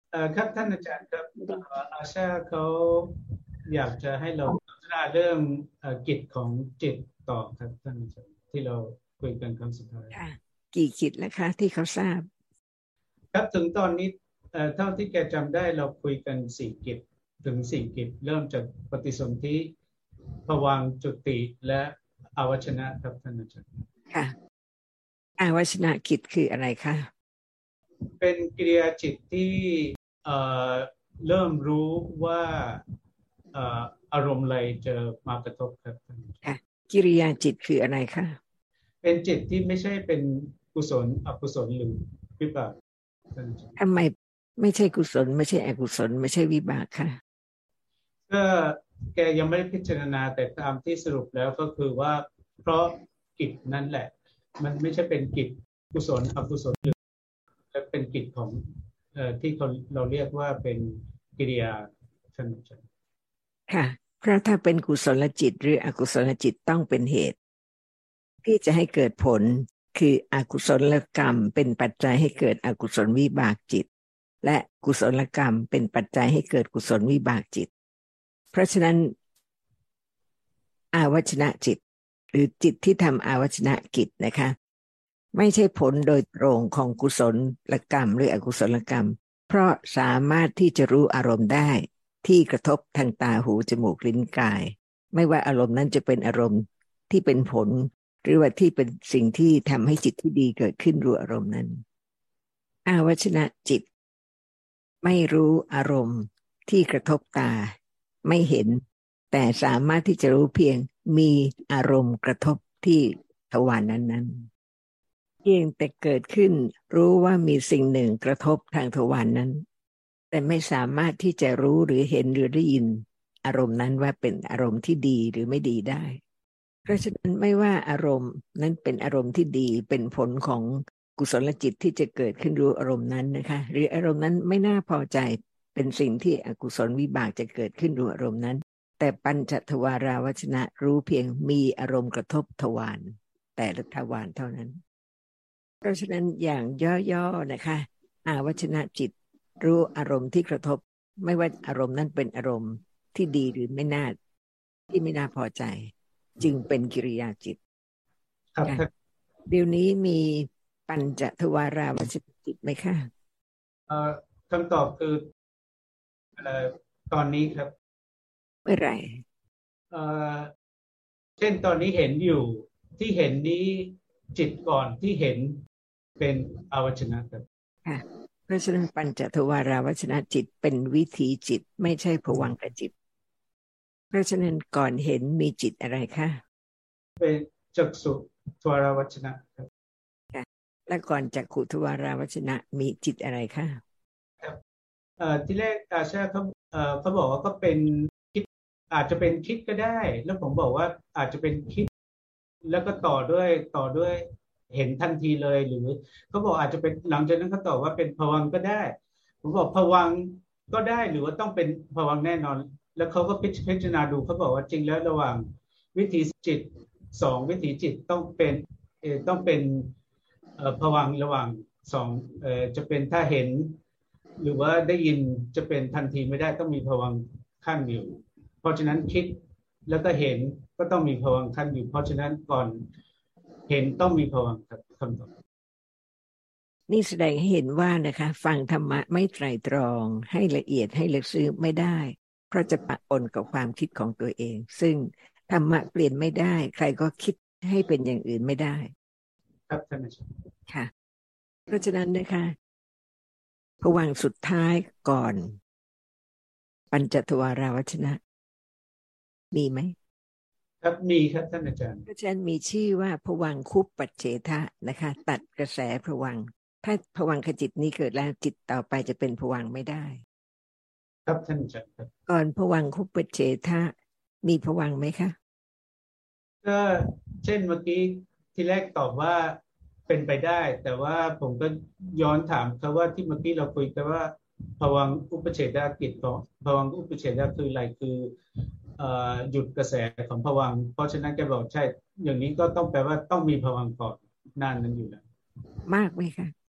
ครับท่านอาจารย์ครับอาชาเขาอยากจะให้เราสนทนาเรื่องกิจของจิตต่อครับท่านอาจารย์ที่เราคุยกันครั้งสุดท้ายค่ะกี่กิจแล้วคะที่เขาทราบครับถึงตอนนี้เท่าที่แกจำได้เราคุยกันสี่กิจถึงสี่กิจเริ่มจากปฏิสนธิภวังค์จุติและอวัชนะครับท่านอาจารย์ค่ะอาวชนะกิจคืออะไรคะเป็นกิริยาจิตที่เอ่อเริ่มรู้ว่าเอ่ออารมณ์อะไรจะมากระทบครับท่านอาจารย์ค่ะกิริยาจิตคืออะไรคะเป็นจิตที่ไม่ใช่เป็นกุศลอกุศลหรือวิบากทำไมไม่ใช่กุศลไม่ใช่อกุศลไม่ใช่วิบากค่ะก็แกยังไม่ได้พิจารณาแต่ตามที่สรุปแล้วก็คือว่าเพราะกิจนั่นแหละมันไม่ใช่เป็นกิจกุศลอกุศลหรือเป็นกิจของที่เราเรียกว่าเป็นกิริยาท่านอาจารย์ค่ะเพราะถ้าเป็นกุศลจิตหรืออกุศลจิตต้องเป็นเหตุที่จะให้เกิดผลคืออกุศลกรรมเป็นปัจจัยให้เกิดอกุศลวิบากจิตและกุศลกรรมเป็นปัจจัยให้เกิดกุศลวิบากจิตเพราะฉะนั้นอาวชนะจิตหรือจิตที่ทำอาวชนะกิจนะคะไม่ใช่ผลโดยตรงของกุศลกรรมหรืออกุศลกรรมเพราะสามารถที่จะรู้อารมณ์ได้ที่กระทบทางตาหูจมูกลิ้นกายไม่ว่าอารมณ์นั้นจะเป็นอารมณ์ที่เป็นผลหรือว่าที่เป็นสิ่งที่ทำให้จิตที่ดีเกิดขึ้นรู้อารมณ์นั้นอาวชนะจิตไม่รู้อารมณ์ที่กระทบตาไม่เห็นแต่สามารถที่จะรู้เพียงมีอารมณ์กระทบที่ทวารนั้นๆเพียงแต่เกิดขึ้นรู้ว่ามีสิ่งหนึ่งกระทบทางทวารนั้นแต่ไม่สามารถที่จะรู้หรือเห็นหรือได้ยินอารมณ์นั้นว่าเป็นอารมณ์ที่ดีหรือไม่ดีได้เพราะฉะนั้นไม่ว่าอารมณ์นั้นเป็นอารมณ์ที่ดีเป็นผลของกุศลจิตที่จะเกิดขึ้นรู้อารมณ์นั้นนะคะหรืออารมณ์นั้นไม่น่าพอใจเป็นสิ่งที่อกุศลวิบากจะเกิดขึ้นรู้อารมณ์นั้นแต่ปัญจทวาราวชนะรู้เพียงมีอารมณ์กระทบทวารแต่ละทวารเท่านั้นเพราะฉะนั้นอย่างย่อๆนะคะอาวชนะจิตรู้อารมณ์ที่กระทบไม่ว่าอารมณ์นั้นเป็นอารมณ์ที่ดีหรือไม่น่าที่ไม่น่าพอใจจึงเป็นกิริยาจิตครับค่ะเดี๋ยวนี้มีปัญจทวาราวชนะจิตไหมคะคำตอบคือตอนนี้ครับเมื่อไหร่เอ่อเช่นตอนนี้เห็นอยู่ที่เห็นนี้จิตก่อนที่เห็นเป็นอวัชนะครับค่ะเพราะฉะนั้นปัญจทวาราวชนะจิตเป็นวิถีจิตไม่ใช่ภวังคจิตเพราะฉะนั้นก่อนเห็นมีจิตอะไรคะเป็นจักษุทวารวัชนะครับค่ะและก่อนจักขุทวาราวชนะมีจิตอะไรคะที่แรกอาชาเขาบอกว่าก็เป็นคิดอาจจะเป็นคิดก็ได้แล้วผมบอกว่าอาจจะเป็นคิดแล้วก็ต่อด้วยเห็นทันทีเลยหรือเขาบอกอาจจะเป็นหลังจากนั้นเขาตอบว่าเป็นภวังค์ก็ได้ผมบอกภวังค์ก็ได้หรือว่าต้องเป็นภวังค์แน่นอนแล้วเขาก็พิจารณาดูเขาบอกว่าจริงแล้วระหว่างวิถีจิตสองวิถีจิตต้องเป็นภวังค์ระหว่างสองจะเป็นถ้าเห็นหรือว่าได้ยินจะเป็นทันทีไม่ได้ต้องมีภวังค์ขั้นอยู่เพราะฉะนั้นคิดแล้วก็เห็นก็ต้องมีภวังค์ขั้นอยู่เพราะฉะนั้นก่อนเห็นต้องมีภวังค์ครับคำตอบนี่แสดงให้เห็นว่านะคะฟังธรรมะไม่ไตร่ตรองให้ละเอียดให้ลึกซึ้งไม่ได้เพราะจะปะปนกับความคิดของตัวเองซึ่งธรรมะเปลี่ยนไม่ได้ใครก็คิดให้เป็นอย่างอื่นไม่ได้ครับท่านอาจารย์ค่ะเพราะฉะนั้นนะคะภวังค์สุดท้ายก่อนปัญจทวาราวชนะมีไหมครับมีครับท่านอาจารย์เพราะฉะนั้นมีชื่อว่าภวังคุปปัจเฉทะนะคะตัดกระแสภวังค์ถ้าภวังคจิตนี้เกิดแล้วจิตต่อไปจะเป็นภวังค์ไม่ได้ครับท่านอาจารย์ครับก่อนภวังคุปปัจเฉทะมีภวังค์ไหมคะก็เช่นเมื่อกี้ที่แรกตอบว่าเป็นไปได้แต่ว่าผมก็ย้อนถามเขาว่าที่เมื่อกี้เราคุยกันว่าภวังค์อุปเฉทกิจของภวังค์อุปเฉทคืออะไรคือหยุดกระแสของภวังค์เพราะฉะนั้นแกบอกใช่อย่างนี้ก็ต้องแปลว่าต้องมีภวังค์ก่อนนั่นนั้นอยู่แล้วมากไหมคะ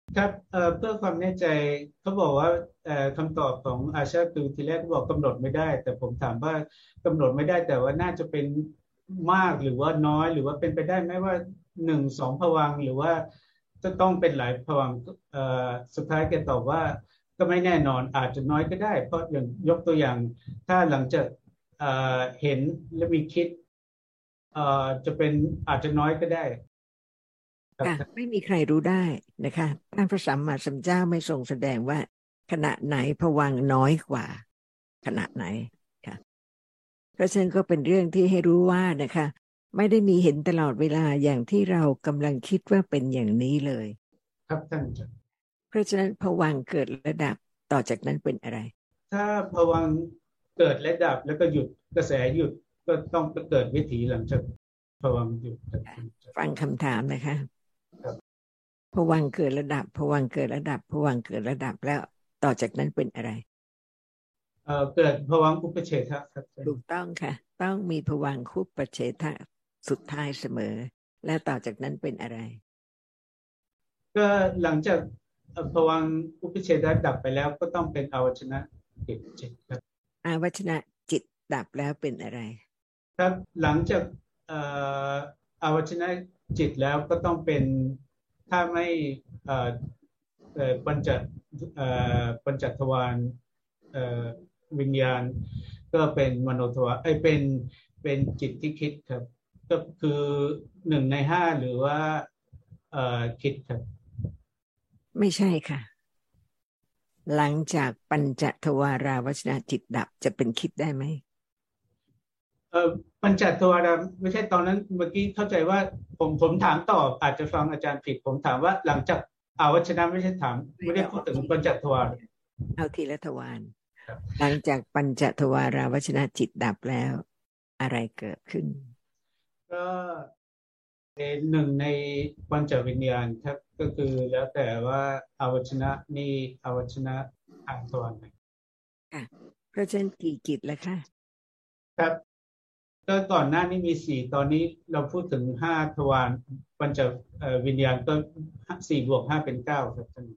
ครับเพื่อความแน่ใจเขาบอกว่าคำตอบของอาชาคือทีแรกเขาบอกกำหนดไม่ได้แต่ผมถามว่ากำหนดไม่ได้แต่ว่าน่าจะเป็นมากหรือว่าน้อยหรือว่าเป็นไปได้ไหมว่าหนึ่งสองภวังค์หรือว่าจะต้องเป็นหลายภวังค์สุดท้ายแกตอบว่าก็ไม่แน่นอนอาจจะน้อยก็ได้เพราะอย่างยกตัวอย่างถ้าหลังจากเห็นและมีคิดจะเป็นอาจจะน้อยก็ได้ครับค่ะไม่มีใครรู้ได้นะคะท่านพระสัมมาสัมพุทธเจ้าไม่ทรงแสดงว่าขณะไหนภวังค์น้อยกว่าขณะไหนค่ะเพราะฉะนั้นก็เป็นเรื่องที่ให้รู้ว่านะคะไม่ได้มีเห็นตลอดเวลาอย่างที่เรากำลังคิดว่าเป็นอย่างนี้เลยครับท่านอาจารย์เพราะฉะนั้นภวังค์เกิดระดับต่อจากนั้นเป็นอะไรถ้าภวังค์เกิดและดับแล้วก็หยุดกระแสหยุดก็ต้องเกิดวิถีหลังจากภวังค์หยุดครับฟังคำถามนะคะครับภวังค์เกิดระดับภวังค์เกิดระดับภวังค์เกิดระดับแล้วต่อจากนั้นเป็นอะไรเกิดภวังค์อุปเฉทะครับถูกต้องค่ะต้องมีภวังคุปเฉทะสุดท้ายเสมอและต่อจากนั้นเป็นอะไรก็หลังจากภวังค์อุปเฉทะดับไปแล้วก็ต้องเป็นอวัชนะจิตครับอาวัชนะจิตดับแล้วเป็นอะไรครับหลังจากเอ่ออวัชนะจิตแล้วก็ต้องเป็นถ้าไม่เอ่อปัญจปัญจทวารเอ่อวิญญาณก็เป็นมโนทวารเป็นจิตที่คิดครับก็คือหนึ่งในห้าหรือว่าคิดครับไม่ใช่ค่ะหลังจากปัญจทวาราวัชนะจิตดับจะเป็นคิดได้ไหมเอ่อปัญจทวารไม่ใช่ตอนนั้นเมื่อกี้เข้าใจว่าผมถามตอบอาจจะฟังอาจารย์ผิดผมถามว่าหลังจากอวัชนะไม่ใช่ถามไม่ได้พูดถึงปัญจทวารเอาทีละทวารหลังจากปัญจทวาราวัชนะจิตดับแล้วอะไรเกิดขึ้นก็เป็นหนึ่งในปัญจวิญญาณครับก็คือแล้วแต่ว่าอวัชนะนี่อวัชนะทางทวารไหนค่ะเพราะฉะนั้นกี่จิตแล้วคะครับก็ก่อนหน้านี้มีสี่ตอนนี้เราพูดถึงห้าทวารปัญจวิญญาณก็สี่บวกห้าเป็นเก้าครับท่าน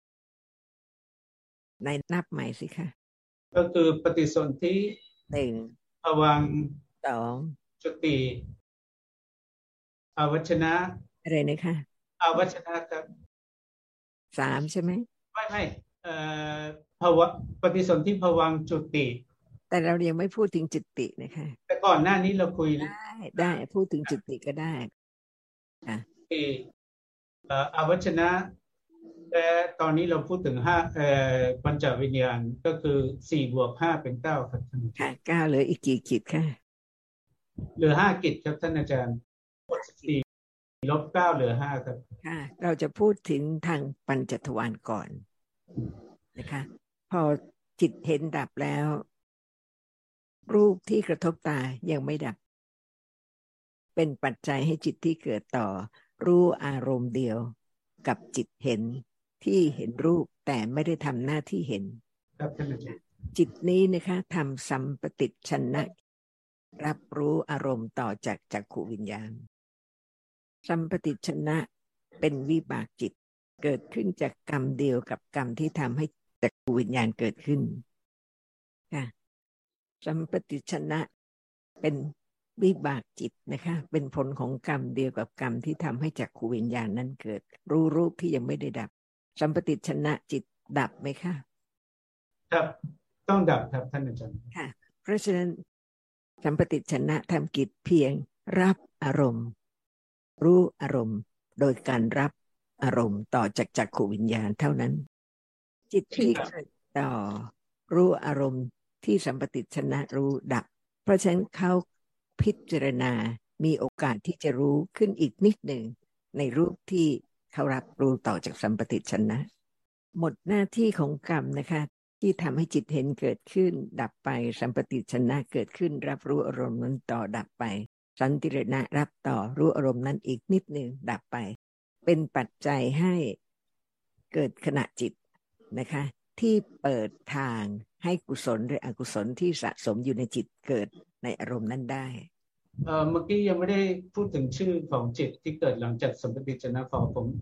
ในนับใหม่สิคะก็คือปฏิสนธิหนึ่งภวังค์สองจุติอวัชนะอะไรนะคะอวัชนะครับสามใช่ไหมไม่เอ่อภวะปฏิสนธิภวังค์จุติแต่เรายังไม่พูดถึงจุตินะคะแต่ก่อนหน้านี้เราคุยได้พูดถึงจุติก็ได้ค่ะที่อวัชนะแต่ตอนนี้เราพูดถึงห้าปัญจวิญญาณก็คือสี่บวกห้าเป็นเก้าครับท่านค่ะเก้าเหลืออีกกี่จิตค่ะเหลือห้ากิจครับท่านอาจารย์สี่ลบเก้าเหลือห้าครับค่ะเราจะพูดถึงทางปัญจทวารก่อนนะคะพอจิตเห็นดับแล้วรูปที่กระทบตายังไม่ดับเป็นปัจจัยให้จิตที่เกิดต่อรู้อารมณ์เดียวกับจิตเห็นที่เห็นรูปแต่ไม่ได้ทำหน้าที่เห็นครับท่านอาจารย์จิตนี้นะคะทำสัมปติชนะรับรู้อารมณ์ต่อจากจักขุวิญญาณสัมปติชนะเป็นวิบากจิตเกิดขึ้นจากกรรมเดียวกับกรรมที่ทำให้จักขุวิญญาณเกิดขึ้นค่ะสัมปติชนะเป็นวิบากจิตนะคะเป็นผลของกรรมเดียวกับกรรมที่ทำให้จักขุวิญญาณนั้นเกิดรู้รูปที่ยังไม่ได้ดับสัมปติชนะจิตดับไหมคะครับต้องดับครับท่านอาจารย์ค่ะเพราะฉะนั้นสัมปติชนะทำกิจเพียงรับอารมณ์รู้อารมณ์โดยการรับอารมณ์ต่อจากจักขุวิญญาณเท่านั้นจิตที่เกิดต่อรู้อารมณ์ที่สัมปติชนะรู้ดับเพราะฉะนั้นเขาพิจารณามีโอกาสที่จะรู้ขึ้นอีกนิดหนึ่งในรูปที่เขารับรู้ต่อจากสัมปติชนะหมดหน้าที่ของกรรมนะคะที่ทำให้จิตเห็นเกิดขึ้นดับไปสัมปติชนะเกิดขึ้นรับรู้อารมณ์นั้นต่อดับไปสันติรณะรับต่อรู้อารมณ์นั้นอีกนิดหนึ่งดับไปเป็นปัจจัยให้เกิดขณะจิตนะคะที่เปิดทางให้กุศลหรืออกุศลที่สะสมอยู่ในจิตเกิดในอารมณ์นั้นได้เมื่อกี้ยังไม่ได้พูดถึงชื่อของจิตที่เกิดหลังจากสัมปติชนะขอผม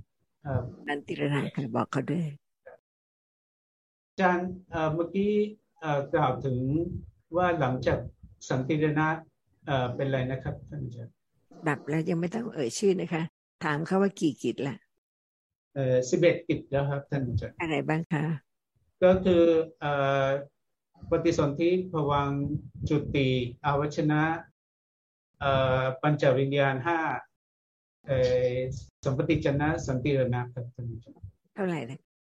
นันติรณะค่ะบอกเขาด้วยอาจารย์เมื่อกี้กล่าวถึงว่าหลังจากสันติรณะเป็นไรนะครับท่านอาจารย์ดับแล้วยังไม่ต้องเอ่ยชื่อนะคะถามเขาว่ากี่กิจละ 11กิจแล้วครับท่านอาจารย์อะไรบ้างคะก็คือปฏิสนธิภวังค์จุติอาวชนะปัญจวิญญาณห้าเอ่อสัมปติจนะสันติรณะครับท่านอาจารย์เท่าไหร่นะ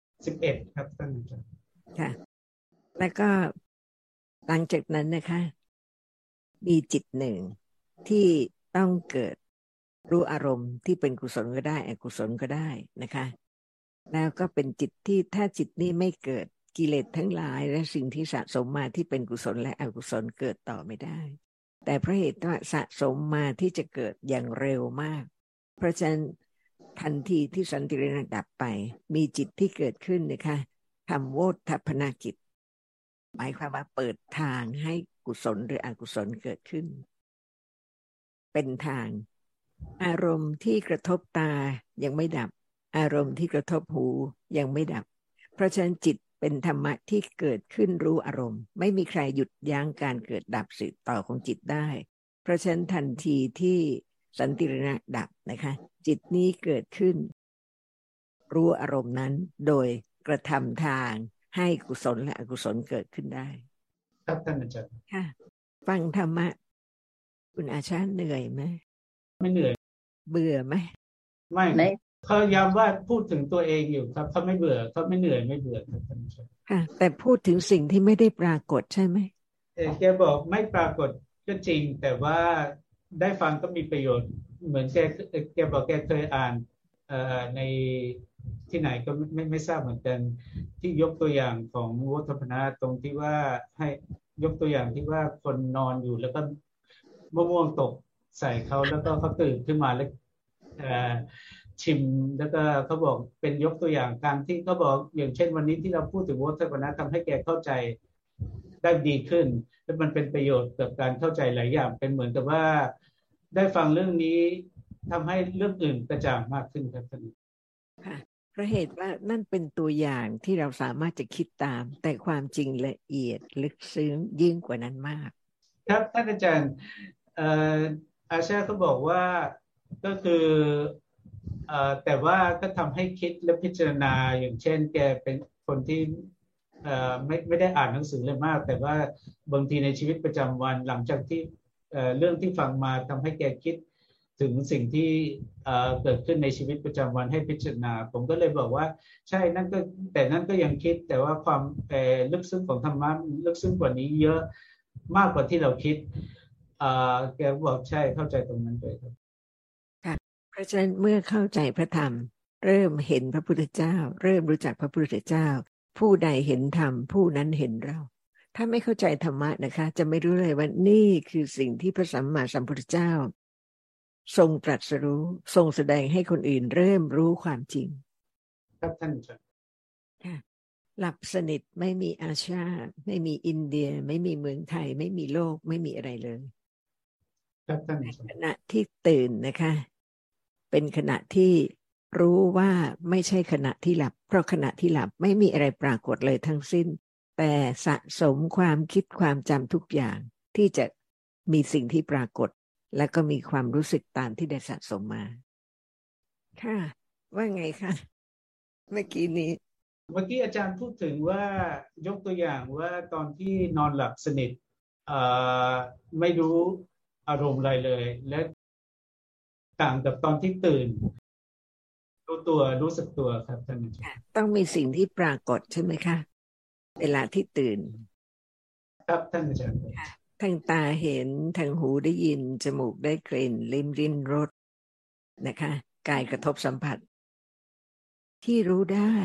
11ครับท่านอาจารย์ค่ะแล้วก็หลังจากนั้นนะคะมีจิตหนึ่งที่ต้องเกิดรู้อารมณ์ที่เป็นกุศลก็ได้อกุศลก็ได้นะคะแล้วก็เป็นจิตที่ถ้าจิตนี้ไม่เกิดกิเลสทั้งหลายและสิ่งที่สะสมมาที่เป็นกุศลและอกุศลเกิดต่อไม่ได้แต่เพราะเหตุว่าสะสมมาที่จะเกิดอย่างเร็วมากเพราะฉะนั้นทันทีที่สันติรณะดับไปมีจิตที่เกิดขึ้นนะคะทำโวทัพพนากิจหมายความว่าเปิดทางให้กุศลหรืออกุศลเกิดขึ้นเป็นทางอารมณ์ที่กระทบตายังไม่ดับอารมณ์ที่กระทบหูยังไม่ดับเพราะฉะนั้นจิตเป็นธรรมะที่เกิดขึ้นรู้อารมณ์ไม่มีใครหยุดยั้งการเกิดดับสืบต่อของจิตได้เพราะฉะนั้นทันทีที่สันติรณะดับนะคะจิตนี้เกิดขึ้นรู้อารมณ์นั้นโดยกระทำทางให้กุศลและอกุศลเกิดขึ้นได้ครับท่านอาจารย์ค่ะฟังธรรมะคุณอาชาเหนื่อยไหมไม่เหนื่อยเบื่อไหมไม่เขาย้ำว่าพูดถึงตัวเองอยู่ครับเขาไม่เบื่อเขาไม่เหนื่อยไม่เบื่อครับท่านอาจารย์ค่ะแต่พูดถึงสิ่งที่ไม่ได้ปรากฏใช่ไหมแกบอกไม่ปรากฏก็จริงแต่ว่าได้ฟังก็มีประโยชน์เหมือนแกบอกแกเคยอ่านในที่ไหนก็ไม่ทราบเหมือนกันที่ยกตัวอย่างของวัฒนธรรมตรงที่ว่าให้ยกตัวอย่างที่ว่าคนนอนอยู่แล้วก็มะม่วงตกใส่เขาแล้วก็เขาตื่นขึ้นมาแล้วชิมแล้วก็เขาบอกเป็นยกตัวอย่างการที่เขาบอกอย่างเช่นวันนี้ที่เราพูดถึงวัฒนธรรมทำให้แกเข้าใจได้ดีขึ้นและมันเป็นประโยชน์กับการเข้าใจหลายอย่างเป็นเหมือนกับว่าได้ฟังเรื่องนี้ทำให้เรื่องอื่นกระจ่างมากขึ้นครับท่านค่ะเพราะเหตุว่านั่นเป็นตัวอย่างที่เราสามารถจะคิดตามแต่ความจริงละเอียดลึกซึ้งยิ่งกว่านั้นมากครับท่านอาจารย์เอ่ออาชาเขาบอกว่าก็คือแต่ว่าก็ทำให้คิดและพิจารณาอย่างเช่นแกเป็นคนที่ไม่ได้อ่านหนังสือเลยมากแต่ว่าบางทีในชีวิตประจำวันหลังจากที่เรื่องที่ฟังมาทำให้แกคิดถึงสิ่งที่เกิดขึ้นในชีวิตประจำวันให้พิจารณาผมก็เลยบอกว่าใช่นั่นก็แต่นั่นก็ยังคิดแต่ว่าความลึกซึ้งของธรรมะลึกซึ้งกว่านี้เยอะมากกว่าที่เราคิดแกบอกใช่เข้าใจตรงนั้นเลยครับค่ะเพราะฉะนั้นเมื่อเข้าใจพระธรรมเริ่มเห็นพระพุทธเจ้าเริ่มรู้จักพระพุทธเจ้าผู้ใดเห็นธรรมผู้นั้นเห็นเราถ้าไม่เข้าใจธรรมะนะคะจะไม่รู้เลยว่านี่คือสิ่งที่พระสัมมาสัมพุทธเจ้าทรงตรัสรู้ทรงแสดงให้คนอื่นเริ่มรู้ความจริงครับท่านอาจารย์ค่ะหลับสนิทไม่มีอาชาไม่มีอินเดียไม่มีเมืองไทยไม่มีโลกไม่มีอะไรเลยครับท่านอาจารขย์ณะที่ตื่นนะคะเป็นขณะที่รู้ว่าไม่ใช่ขณะที่หลับเพราะขณะที่หลับไม่มีอะไรปรากฏเลยทั้งสิ้นแต่สะสมความคิดความจำทุกอย่างที่จะมีสิ่งที่ปรากฏและก็มีความรู้สึกตามที่ได้สะสมมาค่ะว่าไงคะเมื่อกี้นี้เมื่อกี้อาจารย์พูดถึงว่ายกตัวอย่างว่าตอนที่นอนหลับสนิทเอ่อไม่รู้อารมณ์อะไรเลยและต่างกับตอนที่ตื่นรู้ตัวรู้สึกตัวครับท่านอาจารย์ต้องมีสิ่งที่ปรากฏใช่ไหมคะเวลาที่ตื่นครับท่านอาจารย์ทางตาเห็นทางหูได้ยินจมูกได้กลิ่นลิ้มริมรสนะคะกายกระทบสัมผัสที่รู้ได้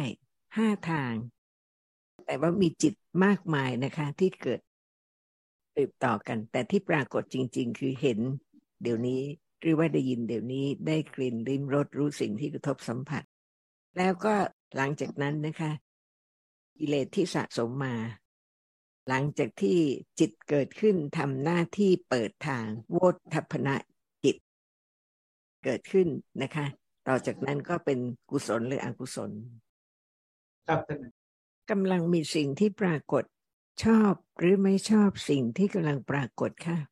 5 ทางแต่ว่ามีจิตมากมายนะคะที่เกิดติดต่อกันแต่ที่ปรากฏจริงๆคือเห็นเดี๋ยวนี้หรือว่าได้ยินเดี๋ยวนี้ได้กลิ่นลิ้มรสรู้สิ่งที่กระทบสัมผัสแล้วก็หลังจากนั้นนะคะกิเลสที่สะสมมาหลังจากที่จิตเกิดขึ้นทำหน้าที่เปิดทางโวทัพพนะจิตเกิดขึ้นนะคะต่อจากนั้นก็เป็นกุศลหรืออกุศลครับท่านกำลังมีสิ่งที่ปรากฏชอบหรือไม่ชอบสิ่งที่กำลังปรากฏค่ะ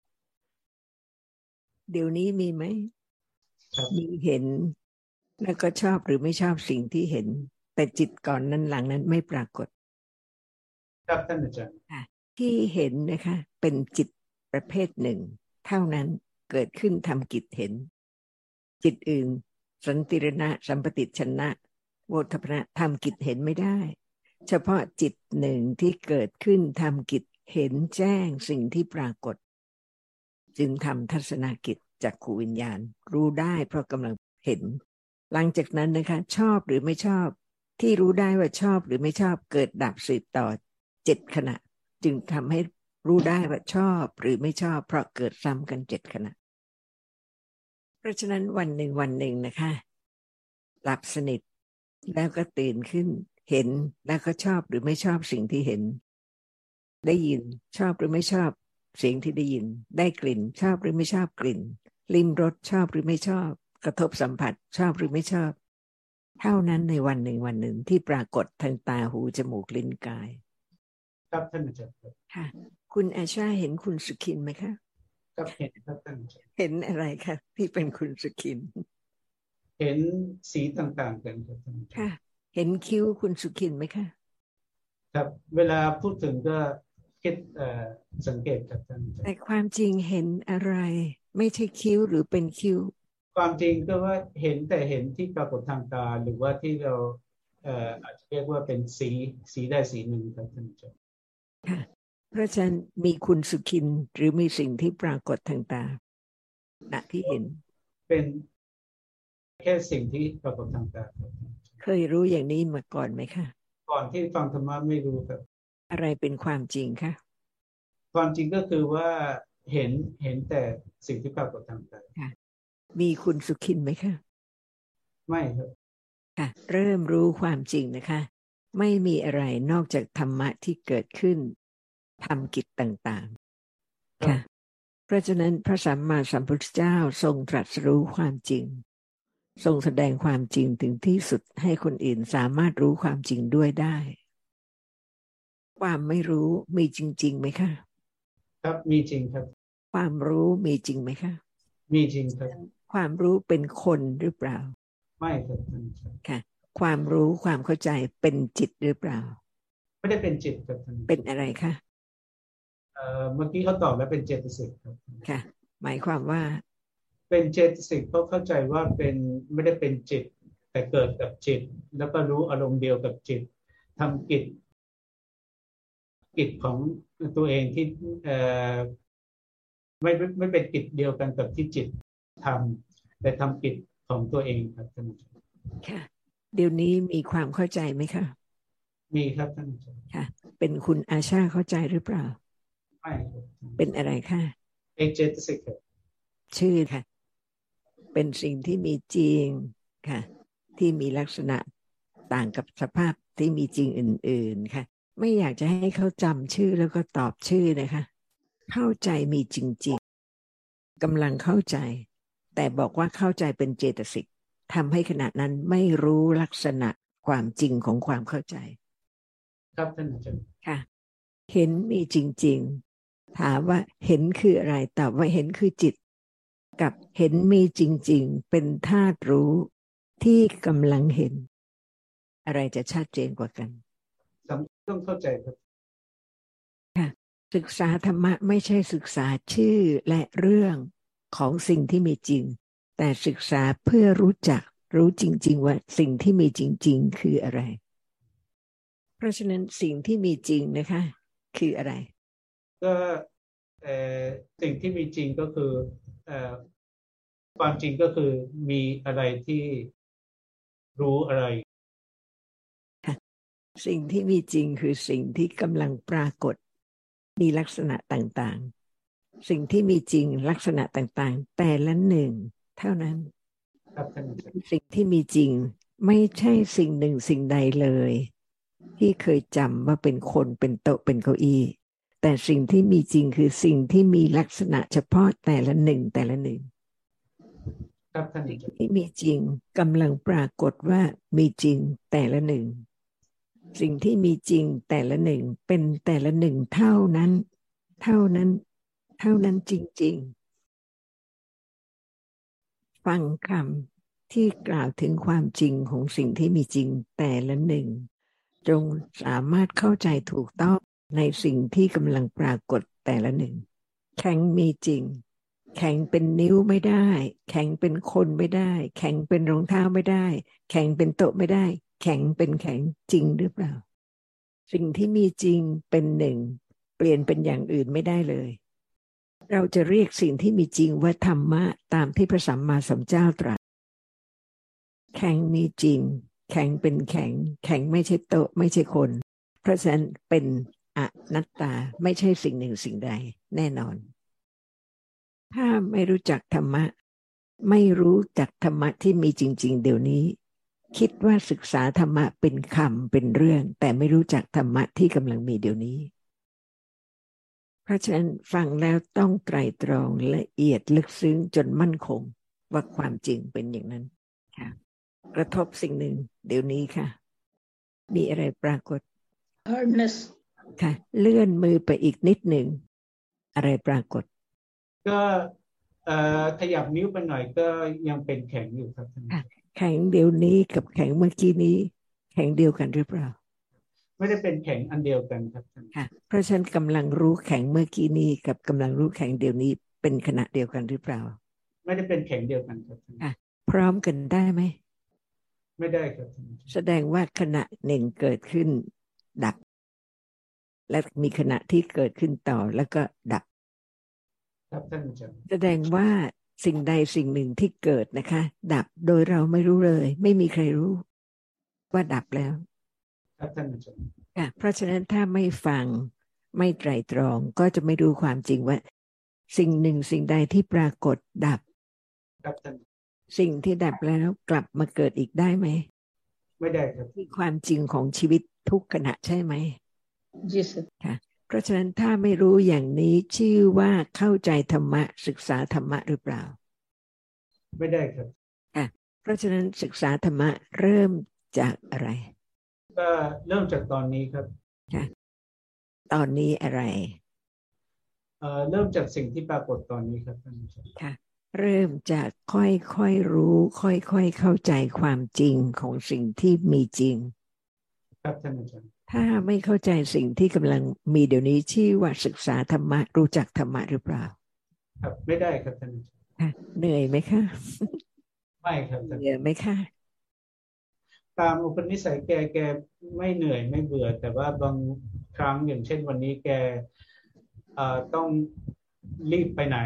เดี๋ยวนี้มีไหมมีเห็นแล้วก็ชอบหรือไม่ชอบสิ่งที่เห็นแต่จิตก่อนนั้นหลังนั้นไม่ปรากฏครับท่านอาจารย์ที่เห็นนะคะเป็นจิตประเภทหนึ่งเท่านั้นเกิดขึ้นทำกิจเห็นจิตอื่นสันติรณะสัมปติชนะโวทัพนะทำกิจเห็นไม่ได้เฉพาะจิตหนึ่งที่เกิดขึ้นทำกิจเห็นแจ้งสิ่งที่ปรากฏจึงทำทัศนกิจจักขูวิญญาณรู้ได้เพราะกำลังเห็นหลังจากนั้นนะคะชอบหรือไม่ชอบที่รู้ได้ว่าชอบหรือไม่ชอบเกิดดับสืบต่อ7 ขณะจึงทำให้รู้ได้ว่าชอบหรือไม่ชอบเพราะเกิดซ้ำกัน7 ขณะเพราะฉะนั้นวันหนึ่งนะคะหลับสนิทแล้วก็ตื่นขึ้นเห็นแล้วก็ชอบหรือไม่ชอบสิ่งที่เห็นได้ยินชอบหรือไม่ชอบเสียงที่ได้ยินได้กลิ่นชอบหรือไม่ชอบกลิ่นลิ้มรสชอบหรือไม่ชอบกระทบสัมผัสชอบหรือไม่ชอบเท่านั้นในวันหนึ่งที่ปรากฏทางตาหูจมูกลิ้นกายครับท่านอาจารย์ค่ะคุณอาชาเห็นคุณสุขินไหมคะครับเห็นครับท่านเห็นอะไรคะที่เป็นคุณสุขินเห็นสีต่างๆกันครับท่านค่ะเห็นคิ้วคุณสุขินไหมคะครับเวลาพูดถึงก็คิดสังเกตครับท่านแต่ความจริงเห็นอะไรไม่ใช่คิ้วหรือเป็นคิ้วความจริงก็ว่าเห็นแต่เห็นที่ปรากฏทางตาหรือว่าที่เราอาจจะเรียกว่าเป็นสีใดสีหนึ่งครับท่านอาจารย์ค่ะเพราะฉะนั้นมีคุณสุขินหรือมีสิ่งที่ปรากฏทางตาณที่เห็นเป็นแค่สิ่งที่ปรากฏทางตาครับเคยรู้อย่างนี้มาก่อนไหมคะก่อนที่ฟังธรรมะไม่รู้ครับอะไรเป็นความจริงคะความจริงก็คือว่าเห็นแต่สิ่งที่ปรากฏทางตาค่ะมีคุณสุขินไหมคะไม่ครับค่ะเริ่มรู้ความจริงนะคะไม่มีอะไรนอกจากธรรมะที่เกิดขึ้นทำกิจต่างๆค่ะเพราะฉะนั้นพระสัมมาสัมพุทธเจ้าทรงตรัสรู้ความจริงทรงแสดงความจริงถึงที่สุดให้คนอื่นสามารถรู้ความจริงด้วยได้ความไม่รู้มีจริงๆไหมคะครับมีจริงครับความรู้มีจริงไหมคะมีจริงครับความรู้เป็นคนหรือเปล่าไม่ครับค่ะความรู้ความเข้าใจเป็นจิตหรือเปล่าไม่ได้เป็นจิตครับเป็นอะไรคะเมื่อกี้เขาตอบแล้วเป็นเจตสิกครับค่ะหมายความว่าเป็นเจตสิกเขาเข้าใจว่าเป็นไม่ได้เป็นจิตแต่เกิดกับจิตแล้วก็รู้อารมณ์เดียวกับจิตทำกิจของตัวเองที่ไม่เป็นกิจเดียวกันกับที่จิตทำแต่ทำกิจของตัวเองครับท่านอาจารย์ค่ะเดี๋ยวนี้มีความเข้าใจไหมคะมีครับท่านอาจารย์ค่ะเป็นคุณอาชาเข้าใจหรือเปล่าไม่ครับเป็นอะไรคะเจตสิกครับชื่อค่ะเป็นสิ่งที่มีจริงค่ะที่มีลักษณะต่างกับสภาพที่มีจริงอื่นๆค่ะไม่อยากจะให้เขาจำชื่อแล้วก็ตอบชื่อนะคะเข้าใจมีจริงๆกำลังเข้าใจแต่บอกว่าเข้าใจเป็นเจตสิกทำให้ขณะนั้นไม่รู้ลักษณะความจริงของความเข้าใจครับท่านอาจารย์ค่ะเห็นมีจริงๆถามว่าเห็นคืออะไรตอบว่าเห็นคือจิตกับเห็นมีจริงๆเป็นธาตุรู้ที่กำลังเห็นอะไรจะชัดเจนกว่ากันต้องเข้าใจครับค่ะศึกษาธรรมะไม่ใช่ศึกษาชื่อและเรื่องของสิ่งที่มีจริงแต่ศึกษาเพื่อรู้จักรู้จริงๆว่าสิ่งที่มีจริงๆคืออะไรเพราะฉะนั้นสิ่งที่มีจริงนะคะคืออะไรก็สิ่งที่มีจริงก็คือความจริงก็คือมีอะไรที่รู้อะไรสิ่งที่มีจริงคือสิ่งที่กำลังปรากฏมีลักษณะต่างๆสิ่งที่มีจริงลักษณะต่างๆแต่ละหนึ่งเท่านั้นสิ่งที่มีจริงไม่ใช่สิ่งหนึ่งสิ่งใดเลยที่เคยจำว่าเป็นคนเป็นโต๊ะเป็นเก้าอี้แต่สิ่งที่มีจริงคือสิ่งที่มีลักษณะเฉพาะแต่ละหนึ่งครับท่านสิ่งที่มีจริงกำลังปรากฏว่ามีจริงแต่ละหนึ่งสิ่งที่มีจริงแต่ละหนึ่งเป็นแต่ละหนึ่งเท่านั้นเท่านั้นเท่านั้นจริงๆฟังคำที่กล่าวถึงความจริงของสิ่งที่มีจริงแต่ละหนึ่งจงสามารถเข้าใจถูกต้องในสิ่งที่กำลังปรากฏแต่ละหนึ่งแข็งมีจริงแข็งเป็นนิ้วไม่ได้แข็งเป็นคนไม่ได้แข็งเป็นรองเท้าไม่ได้แข็งเป็นโต๊ะไม่ได้แข็งเป็นแข็งจริงหรือเปล่าสิ่งที่มีจริงเป็นหนึ่งเปลี่ยนเป็นอย่างอื่นไม่ได้เลยเราจะเรียกสิ่งที่มีจริงว่าธรรมะตามที่พระสัมมาสัมพุทธเจ้าตรัสแข็งมีจริงแข็งเป็นแข็งแข็งไม่ใช่โต๊ะไม่ใช่คนเพราะฉะนั้นเป็นอนัตตาไม่ใช่สิ่งหนึ่งสิ่งใดแน่นอนถ้าไม่รู้จักธรรมะไม่รู้จักธรรมะที่มีจริงๆเดี๋ยวนี้คิดว่าศึกษาธรรมะเป็นคำเป็นเรื่องแต่ไม่รู้จักธรรมะที่กำลังมีเดี๋ยวนี้เพราะฉะนั้นฟังแล้วต้องไตร่ตรองละเอียดลึกซึ้งจนมั่นคงว่าความจริงเป็นอย่างนั้นค่ะกระทบสิ่งหนึ่งเดี๋ยวนี้ค่ะมีอะไรปรากฏ hardness ค่ะเลื่อนมือไปอีกนิดหนึ่งอะไรปรากฏก็ขยับนิ้วไปหน่อยก็ยังเป็นแข็งอยู่ครับท่านแข็งเดี๋ยวนี้กับแข็งเมื่อกี้นี้แข็งเดียวกันหรือเปล่าไม่ได้เป็นแข็งอันเดียวกันครับท่านค่ะเพราะฉะนั้นกำลังรู้แข็งเมื่อกี้นี้กับกำลังรู้แข็งเดี๋ยวนี้เป็นขณะเดียวกันหรือเปล่าไม่ได้เป็นแข็งเดียวกันครับท่านพร้อมกันได้ไหมไม่ได้ครับท่านแสดงว่าขณะหนึ่งเกิดขึ้นดับและมีขณะที่เกิดขึ้นต่อแล้วก็ดับครับท่านอาจารย์แสดงว่าสิ่งใดสิ่งหนึ่งที่เกิดนะคะดับโดยเราไม่รู้เลยไม่มีใครรู้ว่าดับแล้วครับท่านอาจารย์ค่ะเพราะฉะนั้นถ้าไม่ฟังไม่ไตร่ตรองก็จะไม่รู้ความจริงว่าสิ่งหนึ่งสิ่งใดที่ปรากฏดับครับท่านสิ่งที่ดับแล้วกลับมาเกิดอีกได้ไหมไม่ได้ครับที่ความจริงของชีวิตทุกขณะใช่ไหม yes ค่ะเพราะฉะนั้นถ้าไม่รู้อย่างนี้ชื่อว่าเข้าใจธรรมะศึกษาธรรมะหรือเปล่าไม่ได้ครับค่ะเพราะฉะนั้นศึกษาธรรมะเริ่มจากอะไรก็เริ่มจากตอนนี้ครับค่ะตอนนี้อะไรเริ่มจากสิ่งที่ปรากฏตอนนี้ครับท่านอาจารย์ค่ะเริ่มจากค่อยๆรู้ค่อยๆเข้าใจความจริงของสิ่งที่มีจริงครับท่านอาจารย์ถ้าไม่เข้าใจสิ่งที่กำลังมีเดี๋ยวนี้ชื่อว่าศึกษาธรรมะรู้จักธรรมะหรือเปล่าครับไม่ได้ครับท่านอาจารย์ค่ะเหนื่อยไหมคะไม่ครับเหนื่อยไหมคะตามอุปนิสัยแกไม่เหนื่อยไม่เบื่อแต่ว่าบางครั้งอย่างเช่นวันนี้แกต้องรีบไปไหน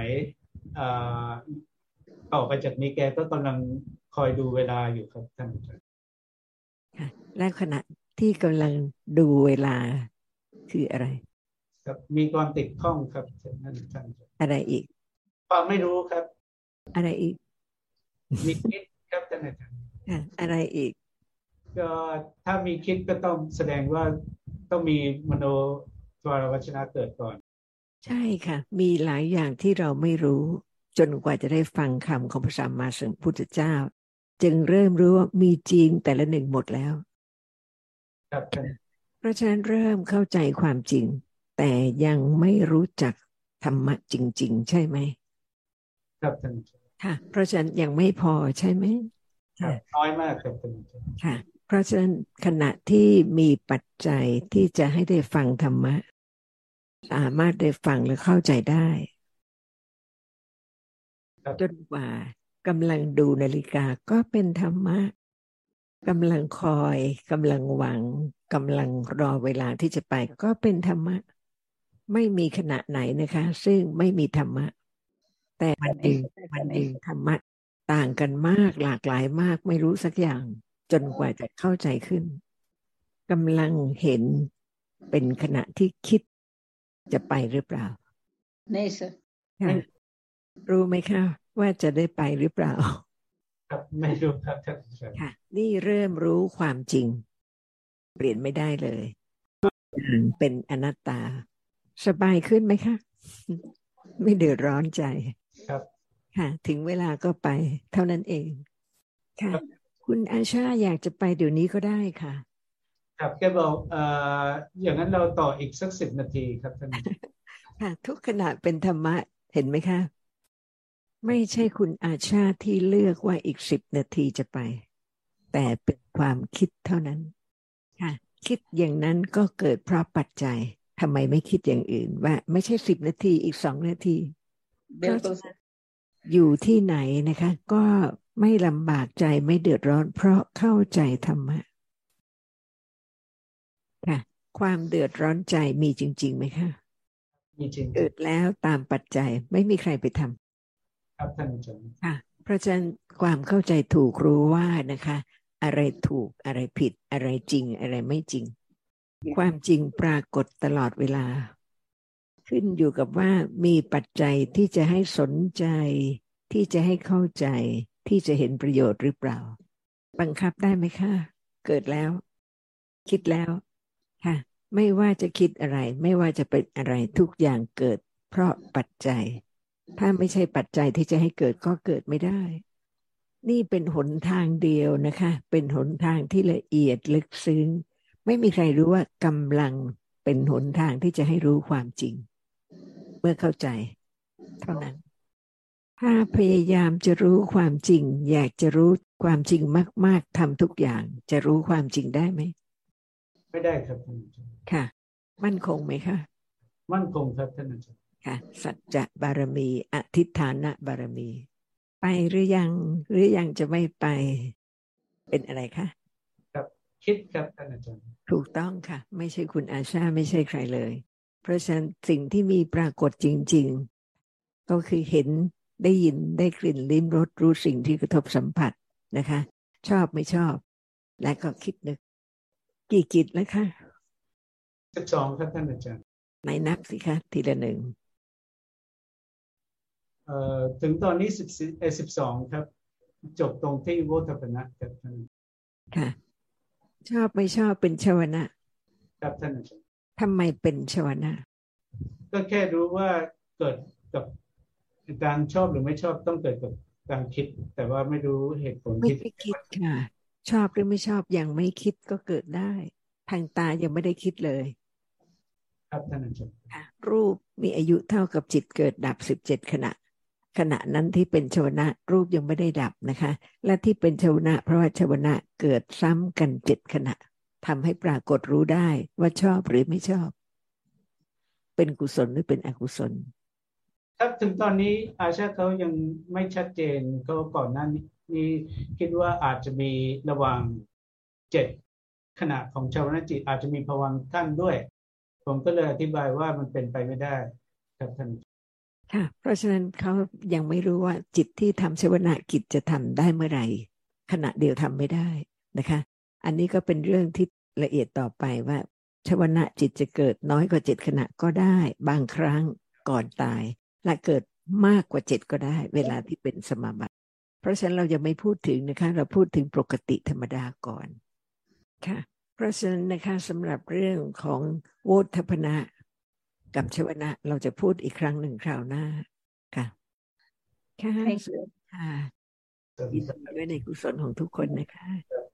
ต่อไปจากนี้แกก็กำลังคอยดูเวลาอยู่ครับท่านอาจารย์ค่ะและขณะที่กำลังดูเวลาคืออะไรครับมีความติดข้องครับท่านอะไรอีกความไม่รู้ครับอะไรอีกมีคิดครับท่านอาจารย์อะไรอีกก็ถ้ามีคิดก็ต้องแสดงว่าต้องมีมโนทวารวชนะเกิดก่อนใช่ค่ะมีหลายอย่างที่เราไม่รู้จนกว่าจะได้ฟังคำของพระสัมมาสัมพุทธเจ้าจึงเริ่มรู้ว่ามีจริงแต่ละหนึ่งหมดแล้วครับเพราะฉะนั้นเริ่มเข้าใจความจริงแต่ยังไม่รู้จักธรรมะจริงๆใช่ไหมครับท่านค่ะเพราะฉะนั้นยังไม่พอใช่ไหมครับน้อยมากครับท่านค่ะเพราะฉะนั้นขณะที่มีปัจจัยที่จะให้ได้ฟังธรรมะสามารถได้ฟังและเข้าใจได้จนกว่ากำลังดูนาฬิกาก็เป็นธรรมะกำลังคอยกำลังหวังกำลังรอเวลาที่จะไปก็เป็นธรรมะไม่มีขณะไหนนะคะซึ่งไม่มีธรรมะแต่วันหนึ่งธรรมะต่างกันมากหลากหลายมากไม่รู้สักอย่างจนกว่าจะเข้าใจขึ้นกำลังเห็นเป็นขณะที่คิดจะไปหรือเปล่าไม่สิรู้ไหมคะว่าจะได้ไปหรือเปล่าครับไม่รู้ครับท่านค่ะนี่เริ่มรู้ความจริงเปลี่ยนไม่ได้เลยเป็นอนัตตาสบายขึ้นไหมคะไม่เดือดร้อนใจครับคค่ะถึงเวลาก็ไปเท่านั้นเองค่ะคุณอาชาอยากจะไปเดี๋ยวนี้ก็ได้ค่ะครับแกบอกอย่างนั้นเราต่ออีกสัก10 นาทีครับท่านค่ะทุกขณะเป็นธรรมะเห็นไหมคะไม่ใช่คุณอาชาที่เลือกว่าอีก10 นาทีจะไปแต่เป็นความคิดเท่านั้นค่ะคิดอย่างนั้นก็เกิดเพราะปัจจัยทำไมไม่คิดอย่างอื่นว่าไม่ใช่10 นาทีอีก2 นาทีเพราะฉะนั้นอยู่ที่ไหนนะคะก็ไม่ลำบากใจไม่เดือดร้อนเพราะเข้าใจธรรมะค่ะความเดือดร้อนใจมีจริงๆไหมคะมีจริงเกิดแล้วตามปัจจัยไม่มีใครไปทำครับท่านอาจารย์ำค่ะเพราะฉะนั้นความเข้าใจถูกรู้ว่านะคะอะไรถูกอะไรผิดอะไรจริงอะไรไม่จริงความจริงปรากฏตลอดเวลาขึ้นอยู่กับว่ามีปัจจัยที่จะให้สนใจที่จะให้เข้าใจที่จะเห็นประโยชน์หรือเปล่าบังคับได้ไหมคะเกิดแล้วคิดแล้วค่ะไม่ว่าจะคิดอะไรไม่ว่าจะเป็นอะไรทุกอย่างเกิดเพราะปัจจัยถ้าไม่ใช่ปัจจัยที่จะให้เกิดก็เกิดไม่ได้นี่เป็นหนทางเดียวนะคะเป็นหนทางที่ละเอียดลึกซึ้งไม่มีใครรู้ว่ากำลังเป็นหนทางที่จะให้รู้ความจริงเมื่อเข้าใจเท่านั้นถ้าพยายามจะรู้ความจริงอยากจะรู้ความจริงมากๆทำทุกอย่างจะรู้ความจริงได้ไหมไม่ได้ครับท่านอาจารย์ค่ะมั่นคงไหมคะมั่นคงครับท่านอาจารย์ค่ะสัจจะบารมีอธิฐานบารมีไปหรือยังจะไม่ไปเป็นอะไรคะครับคิดครับท่านอาจารย์ถูกต้องค่ะไม่ใช่คุณอาชาไม่ใช่ใครเลยเพราะฉะนั้นสิ่งที่มีปรากฏจริงๆก็คือเห็นได้ยินได้กลิ่นลิ้มรสรู้สิ่งที่กระทบสัมผัสนะคะชอบไม่ชอบและก็คิดนึกกี่กิจแล้วคะ 12ครับท่านอาจารย์ไหนนับสิคะทีละหนึ่งถึงตอนนี้12ครับจบตรงที่โวทัปนะครับท่านค่ะชอบไม่ชอบเป็นชวนะครับท่านอาจารย์ทำไมเป็นชวนะก็แค่รู้ว่าเกิดกับการชอบหรือไม่ชอบต้องเกิดกับการคิดแต่ว่าไม่รู้เหตุผลไม่ที่ได้คิดค่ะชอบหรือไม่ชอบยังไม่คิดก็เกิดได้ทางตายังไม่ได้คิดเลยครับท่านอาจารย์ค่ะรูปมีอายุเท่ากับจิตเกิดดับ17 ขณะขณะนั้นที่เป็นชวนะรูปยังไม่ได้ดับนะคะและที่เป็นชวนะเพราะว่าชวนะเกิดซ้ำกัน7 ขณะทำให้ปรากฏรู้ได้ว่าชอบหรือไม่ชอบเป็นกุศลหรือเป็นอกุศลครับถึงตอนนี้อาชาเขายังไม่ชัดเจนเขาก่อนหน้านี้คิดว่าอาจจะมีระหว่าง7 ขณะของชาวนาจิตอาจจะมีภวังค์ท่านด้วยผมก็เลยอธิบายว่ามันเป็นไปไม่ได้ครับท่านค่ะเพราะฉะนั้นเขายังไม่รู้ว่าจิตที่ทำชวนากิจจะทำได้เมื่อไหร่ขณะเดียวทำไม่ได้นะคะอันนี้ก็เป็นเรื่องที่ละเอียดต่อไปว่าชวนะจิตจะเกิดน้อยกว่า7 ขณะก็ได้บางครั้งก่อนตายและเกิดมากกว่า7ก็ได้เวลาที่เป็นสมาบัติเพราะฉะนั้นเราจะไม่พูดถึงนะคะเราพูดถึงปกติธรรมดาก่อนค่ะเพราะฉะนั้นนะคะสำหรับเรื่องของโวทัพนะกับชวนะเราจะพูดอีกครั้งหนึ่งคราวหน้าค่ะค่ะ Thank you. ค่ะยินดีด้วยในกุศลของทุกคนนะคะ